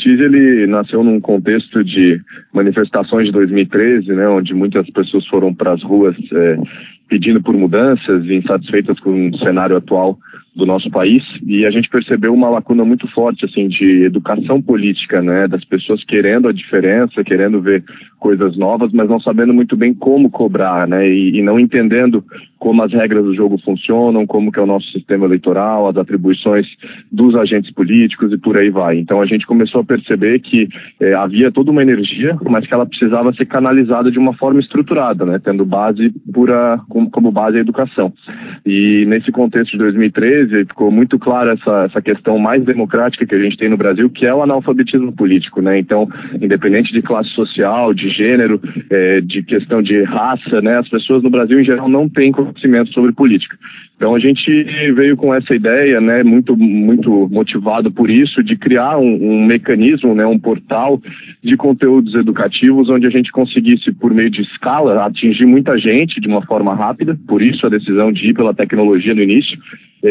Politize, ele nasceu num contexto de manifestações de 2013, né, onde muitas pessoas foram para as ruas pedindo por mudanças e insatisfeitas com o cenário atual do nosso país, e a gente percebeu uma lacuna muito forte, assim, de educação política, né, das pessoas querendo a diferença, querendo ver coisas novas, mas não sabendo muito bem como cobrar, né, e não entendendo como as regras do jogo funcionam, como que é o nosso sistema eleitoral, as atribuições dos agentes políticos e por aí vai. Então a gente começou a perceber que havia toda uma energia, mas que ela precisava ser canalizada de uma forma estruturada, né, tendo base como base a educação. E nesse contexto de 2013 ficou muito clara essa questão mais democrática que a gente tem no Brasil, que é o analfabetismo político, né? Então, independente de classe social, de gênero, de questão de raça, né, as pessoas no Brasil em geral não têm conhecimento sobre política. Então a gente veio com essa ideia, né, muito motivado por isso, de criar um mecanismo, né, um portal de conteúdos educativos onde a gente conseguisse, por meio de escala, atingir muita gente de uma forma rápida, por isso a decisão de ir pela tecnologia no início.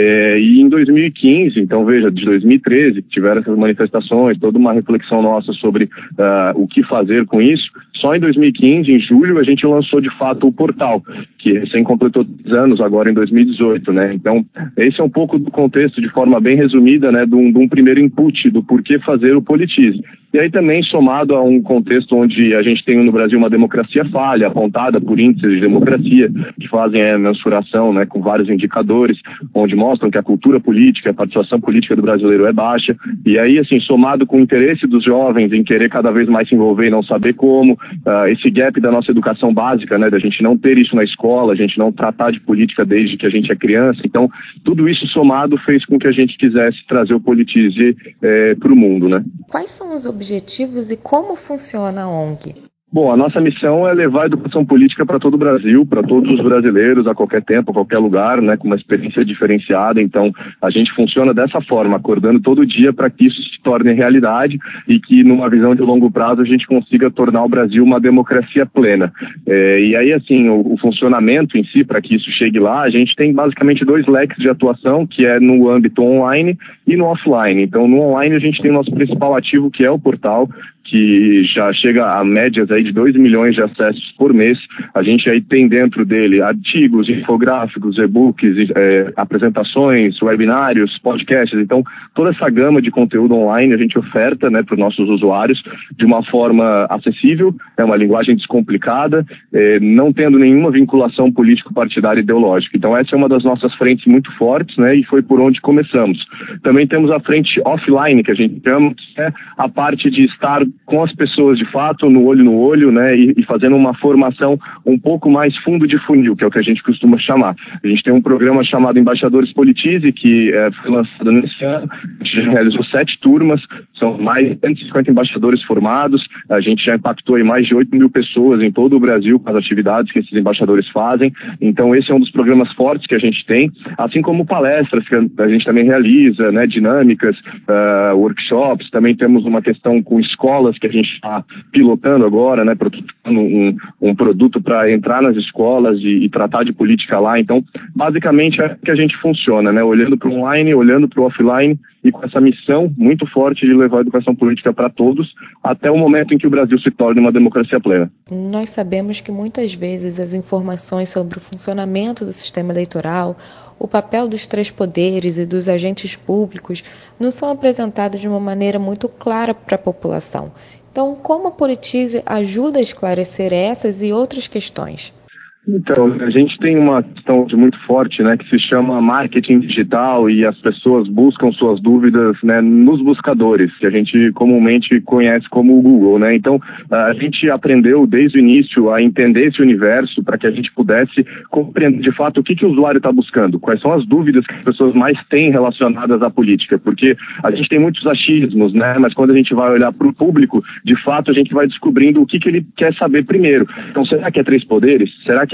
E em 2015, então veja, de 2013, que tiveram essas manifestações, toda uma reflexão nossa sobre o que fazer com isso, só em 2015, em julho, a gente lançou de fato o portal, que recém completou 10 anos agora em 2018, né? Então, esse é um pouco do contexto, de forma bem resumida, né, de um primeiro input do porquê fazer o Politize. E aí também somado a um contexto onde a gente tem no Brasil uma democracia falha, apontada por índices de democracia, que fazem a mensuração, né, com vários indicadores, onde mostram que a cultura política, a participação política do brasileiro é baixa. E aí, assim, somado com o interesse dos jovens em querer cada vez mais se envolver e não saber como, esse gap da nossa educação básica, né, da gente não ter isso na escola, a gente não tratar de política desde que a gente é criança. Então, tudo isso somado fez com que a gente quisesse trazer o Politize para o mundo, né? Quais são os objetivos e como funciona a ONG? Bom, a nossa missão é levar a educação política para todo o Brasil, para todos os brasileiros, a qualquer tempo, a qualquer lugar, né, com uma experiência diferenciada. Então, a gente funciona dessa forma, acordando todo dia para que isso se torne realidade e que, numa visão de longo prazo, a gente consiga tornar o Brasil uma democracia plena. E aí, assim, o funcionamento em si, para que isso chegue lá, a gente tem basicamente 2 leques de atuação, que é no âmbito online e no offline. Então, no online, a gente tem o nosso principal ativo, que é o portal, que já chega a médias aí de 2 milhões de acessos por mês. A gente aí tem dentro dele artigos, infográficos, e-books, apresentações, webinários, podcasts. Então, toda essa gama de conteúdo online a gente oferta, né, para os nossos usuários de uma forma acessível, uma linguagem descomplicada, não tendo nenhuma vinculação político-partidária e ideológica. Então, essa é uma das nossas frentes muito fortes, né, e foi por onde começamos. Também temos a frente offline, que a gente chama, que é a parte de estar com as pessoas de fato, no olho, né, e fazendo uma formação um pouco mais fundo de funil, que é o que a gente costuma chamar. A gente tem um programa chamado Embaixadores Politize, que foi lançado nesse ano. A gente já realizou 7 turmas, são mais de 150 embaixadores formados. A gente já impactou aí mais de 8 mil pessoas em todo o Brasil com as atividades que esses embaixadores fazem. Então, esse é um dos programas fortes que a gente tem, assim como palestras que a gente também realiza, né, dinâmicas, workshops. Também temos uma questão com escolas que a gente está pilotando agora, né, um produto para entrar nas escolas e tratar de política lá. Então, basicamente é que a gente funciona, né, olhando para o online, olhando para o offline e com essa missão muito forte de levar a educação política para todos até o momento em que o Brasil se torne uma democracia plena. Nós sabemos que muitas vezes as informações sobre o funcionamento do sistema eleitoral, o papel dos 3 poderes e dos agentes públicos não são apresentadas de uma maneira muito clara para a população. Então, como a Politize ajuda a esclarecer essas e outras questões? Então, a gente tem uma questão muito forte, né, que se chama marketing digital, e as pessoas buscam suas dúvidas, né, nos buscadores, que a gente comumente conhece como o Google, né. Então, a gente aprendeu desde o início a entender esse universo para que a gente pudesse compreender de fato o que o usuário está buscando, quais são as dúvidas que as pessoas mais têm relacionadas à política, porque a gente tem muitos achismos, né, mas quando a gente vai olhar para o público, de fato a gente vai descobrindo o que ele quer saber primeiro. Então, será que é 3 poderes? Será que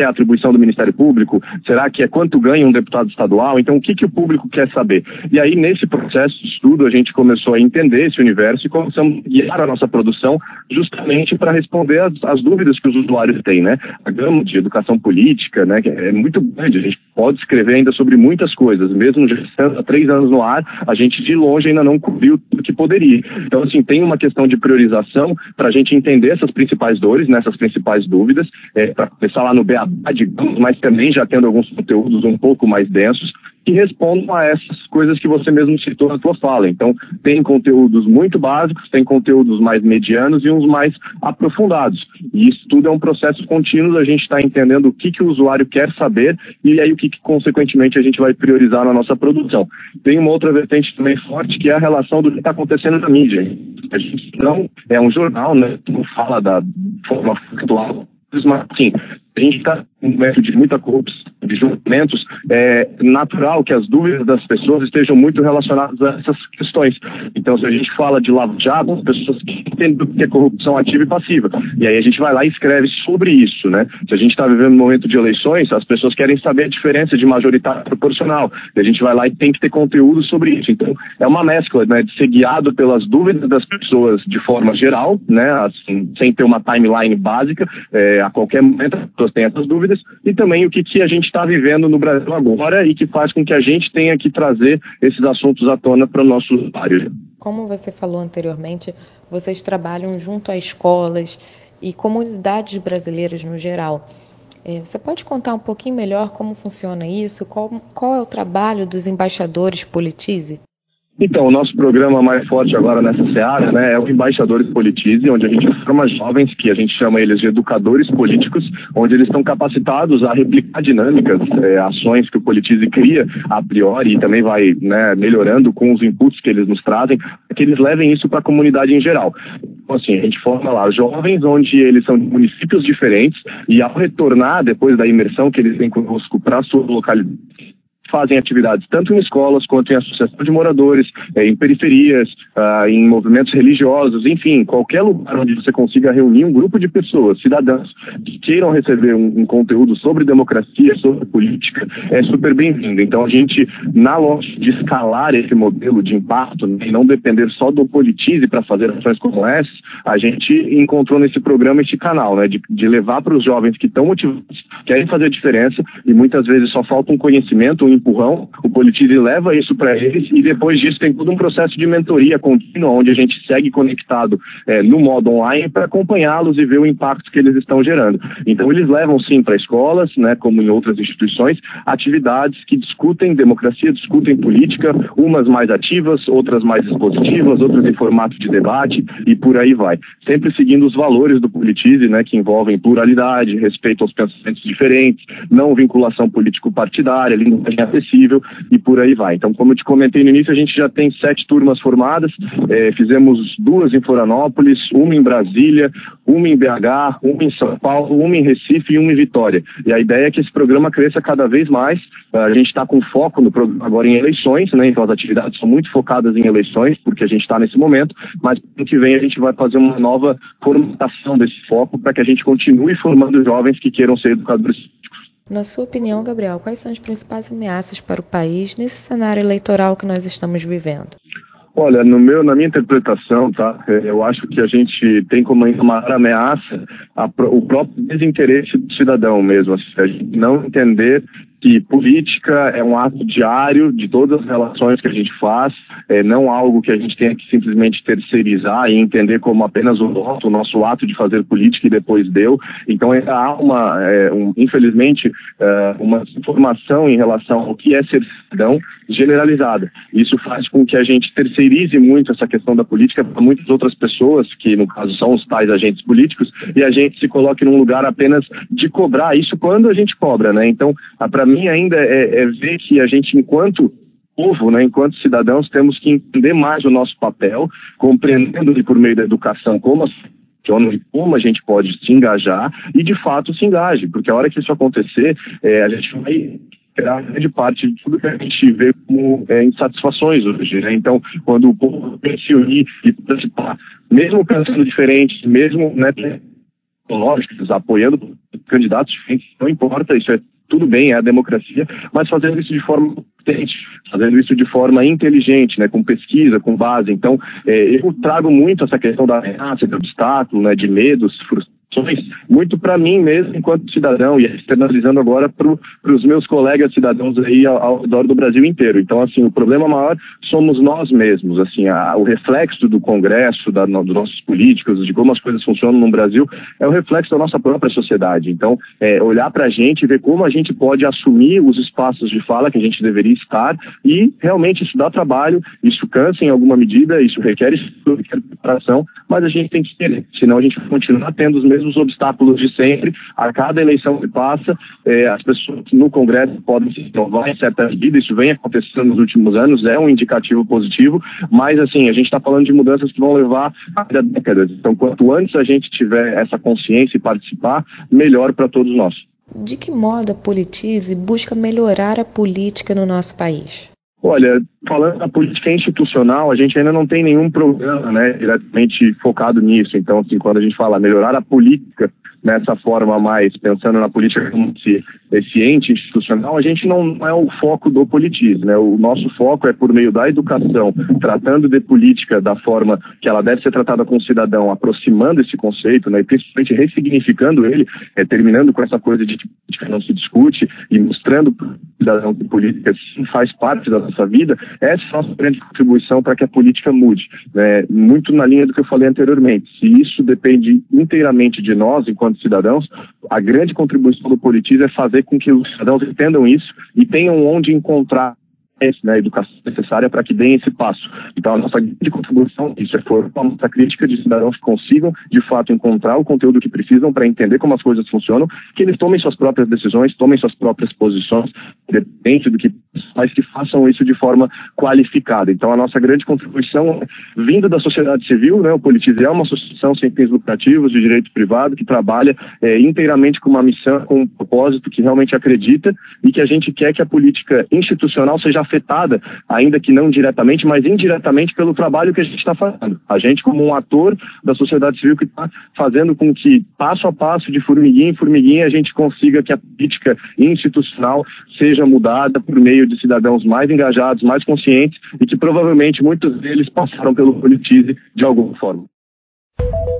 que é a atribuição do Ministério Público? Será que é quanto ganha um deputado estadual? Então, o que o público quer saber? E aí, nesse processo de estudo, a gente começou a entender esse universo e começamos a guiar a nossa produção justamente para responder as dúvidas que os usuários têm, né? A gama de educação política, né, é muito grande. A gente pode escrever ainda sobre muitas coisas. Mesmo já estando há 3 anos no ar, a gente de longe ainda não cobriu tudo que poderia. Então, assim, tem uma questão de priorização para a gente entender essas principais dores, né, essas principais dúvidas, para começar lá no beabá, digamos, mas também já tendo alguns conteúdos um pouco mais densos que respondam a essas coisas que você mesmo citou na sua fala. Então, tem conteúdos muito básicos, tem conteúdos mais medianos e uns mais aprofundados. E isso tudo é um processo contínuo, a gente está entendendo o que o usuário quer saber e aí o que consequentemente, a gente vai priorizar na nossa produção. Tem uma outra vertente também forte, que é a relação do que está acontecendo na mídia. A gente não é um jornal, né, que não fala da forma factual, mas, sim, a gente está em um momento de muita corrupção, de julgamentos, é natural que as dúvidas das pessoas estejam muito relacionadas a essas questões. Então, se a gente fala de Lava Jato, as pessoas entendem o que é corrupção ativa e passiva. E aí a gente vai lá e escreve sobre isso, né? Se a gente está vivendo um momento de eleições, as pessoas querem saber a diferença de majoritário e proporcional. E a gente vai lá e tem que ter conteúdo sobre isso. Então, é uma mescla, né, de ser guiado pelas dúvidas das pessoas de forma geral, né, assim, sem ter uma timeline básica, a qualquer momento as pessoas têm essas dúvidas, e também o que a gente está vivendo no Brasil agora e que faz com que a gente tenha que trazer esses assuntos à tona para o nosso usuário. Como você falou anteriormente, vocês trabalham junto a escolas e comunidades brasileiras no geral. Você pode contar um pouquinho melhor como funciona isso? Qual é o trabalho dos embaixadores Politize? Então, o nosso programa mais forte agora nessa seara, né, é o Embaixadores Politize, onde a gente forma jovens, que a gente chama eles de educadores políticos, onde eles estão capacitados a replicar dinâmicas, ações que o Politize cria a priori e também vai, né, melhorando com os inputs que eles nos trazem, que eles levem isso para a comunidade em geral. Então, assim, a gente forma lá jovens onde eles são de municípios diferentes e ao retornar, depois da imersão que eles têm conosco para a sua localidade, fazem atividades tanto em escolas quanto em associação de moradores, em periferias, em movimentos religiosos, enfim, qualquer lugar onde você consiga reunir um grupo de pessoas, cidadãos, que queiram receber um conteúdo sobre democracia, sobre política, é super bem-vindo. Então a gente, na lógica de escalar esse modelo de impacto, né, e não depender só do Politize para fazer ações como essas, a gente encontrou nesse programa esse canal, né, de levar para os jovens que estão motivados, querem fazer a diferença e muitas vezes só falta um conhecimento, um empurrão, o Politize leva isso para eles e depois disso tem todo um processo de mentoria contínua, onde a gente segue conectado no modo online para acompanhá-los e ver o impacto que eles estão gerando. Então eles levam sim para escolas, né, como em outras instituições, atividades que discutem democracia, discutem política, umas mais ativas, outras mais expositivas, outras em formato de debate e por aí vai. Sempre seguindo os valores do Politize, né, que envolvem pluralidade, respeito aos pensamentos diferentes, não vinculação político-partidária, linguagem acessível e por aí vai. Então, como eu te comentei no início, a gente já tem 7 turmas formadas, fizemos 2 em Florianópolis, uma em Brasília, uma em BH, uma em São Paulo, uma em Recife e uma em Vitória. E a ideia é que esse programa cresça cada vez mais. A gente está com foco no programa agora em eleições, né? Então as atividades são muito focadas em eleições, porque a gente está nesse momento, mas no que vem a gente vai fazer uma nova formatação desse foco para que a gente continue formando jovens que queiram ser educadores. Na sua opinião, Gabriel, quais são as principais ameaças para o país nesse cenário eleitoral que nós estamos vivendo? Olha, na minha interpretação, tá? Eu acho que a gente tem como maior ameaça o próprio desinteresse do cidadão mesmo, assim, a gente não entender que política é um ato diário de todas as relações que a gente faz, não algo que a gente tenha que simplesmente terceirizar e entender como apenas o nosso ato de fazer política e depois deu. Então há infelizmente, uma informação em relação ao que é ser cidadão generalizada. Isso faz com que a gente terceirize muito essa questão da política para muitas outras pessoas, que no caso são os tais agentes políticos, e a gente se coloque num lugar apenas de cobrar isso quando a gente cobra, né? Então, para mim ainda é ver que a gente, enquanto povo, né, enquanto cidadãos, temos que entender mais o nosso papel, compreendendo por meio da educação como a gente pode se engajar e de fato se engaje, porque a hora que isso acontecer, a gente vai terá grande parte de tudo que a gente vê como insatisfações hoje, né? Então, quando o povo se unir e participar, mesmo pensando diferente, mesmo, né, lógicos, apoiando candidatos diferentes, não importa, isso é tudo bem, é a democracia, mas fazendo isso de forma competente, fazendo isso de forma inteligente, né, com pesquisa, com base. Então, eu trago muito essa questão da ameaça, de obstáculo, né, de medos, frustrações, muito para mim mesmo, enquanto cidadão, e externalizando agora para os meus colegas cidadãos aí ao redor do Brasil inteiro. Então, assim, o problema maior somos nós mesmos, assim, o reflexo do Congresso, dos nossos políticos, de como as coisas funcionam no Brasil, é o reflexo da nossa própria sociedade. Então, olhar para a gente e ver como a gente pode assumir os espaços de fala que a gente deveria estar, e realmente isso dá trabalho, isso cansa em alguma medida, isso requer estudo, requer preparação, mas a gente tem que ter, senão a gente vai continuar tendo os mesmos obstáculos de sempre. A cada eleição que passa, as pessoas no Congresso podem se inovar em certa medida, isso vem acontecendo nos últimos anos, é um indicativo positivo, mas assim, a gente está falando de mudanças que vão levar ainda décadas. Então, quanto antes a gente tiver essa consciência e participar, melhor para todos nós. De que modo a Politize busca melhorar a política no nosso país? Olha, falando da política institucional, a gente ainda não tem nenhum programa, né, diretamente focado nisso. Então, assim, quando a gente fala melhorar a política nessa forma mais, pensando na política como esse ente institucional, a gente não é o foco do Politize, né? O nosso foco é por meio da educação, tratando de política da forma que ela deve ser tratada com o cidadão, aproximando esse conceito, né, e principalmente ressignificando ele, terminando com essa coisa de que política não se discute e mostrando para o cidadão que política sim faz parte da nossa vida. Essa é a nossa grande contribuição para que a política mude, né? Muito na linha do que eu falei anteriormente. Se isso depende inteiramente de nós, enquanto cidadãos, a grande contribuição do Politize é fazer com que os cidadãos entendam isso e tenham onde encontrar a educação necessária para que deem esse passo. Então, a nossa grande contribuição isso é formar uma nossa crítica de cidadãos que consigam, de fato, encontrar o conteúdo que precisam para entender como as coisas funcionam, que eles tomem suas próprias decisões, tomem suas próprias posições, independente do que, mas que façam isso de forma qualificada. Então, a nossa grande contribuição, vindo da sociedade civil, né, o Politize é uma associação sem fins lucrativos de direito privado que trabalha inteiramente com uma missão, com um propósito que realmente acredita e que a gente quer que a política institucional seja afetada, ainda que não diretamente, mas indiretamente pelo trabalho que a gente está fazendo. A gente, como um ator da sociedade civil que está fazendo com que, passo a passo, de formiguinha em formiguinha, a gente consiga que a política institucional seja mudada por meio de cidadãos mais engajados, mais conscientes e que provavelmente muitos deles passaram pelo Politize de alguma forma.